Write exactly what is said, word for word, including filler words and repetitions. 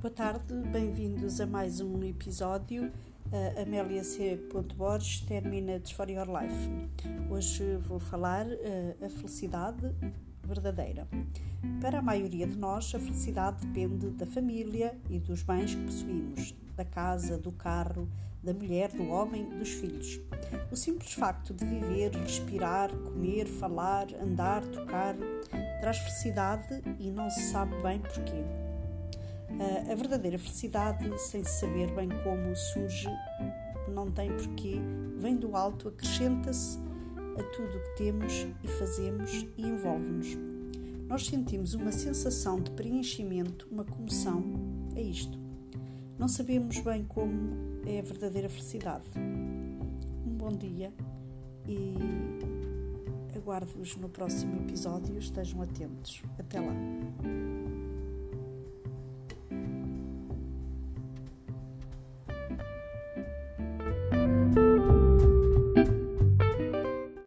Boa tarde, bem-vindos a mais um episódio. Uh, Amélia C. Borges, ten minutes for your life. Hoje vou falar uh, a felicidade verdadeira. Para a maioria de nós, a felicidade depende da família e dos bens que possuímos, da casa, do carro, da mulher, do homem, dos filhos. O simples facto de viver, respirar, comer, falar, andar, tocar, traz felicidade e não se sabe bem porquê. A verdadeira felicidade, sem se saber bem como surge, não tem porquê, vem do alto, acrescenta-se a tudo o que temos e fazemos e envolve-nos. Nós sentimos uma sensação de preenchimento, uma comoção, é isto. Não sabemos bem como é a verdadeira felicidade. Um bom dia e aguardo-vos no próximo episódio. Estejam atentos. Até lá.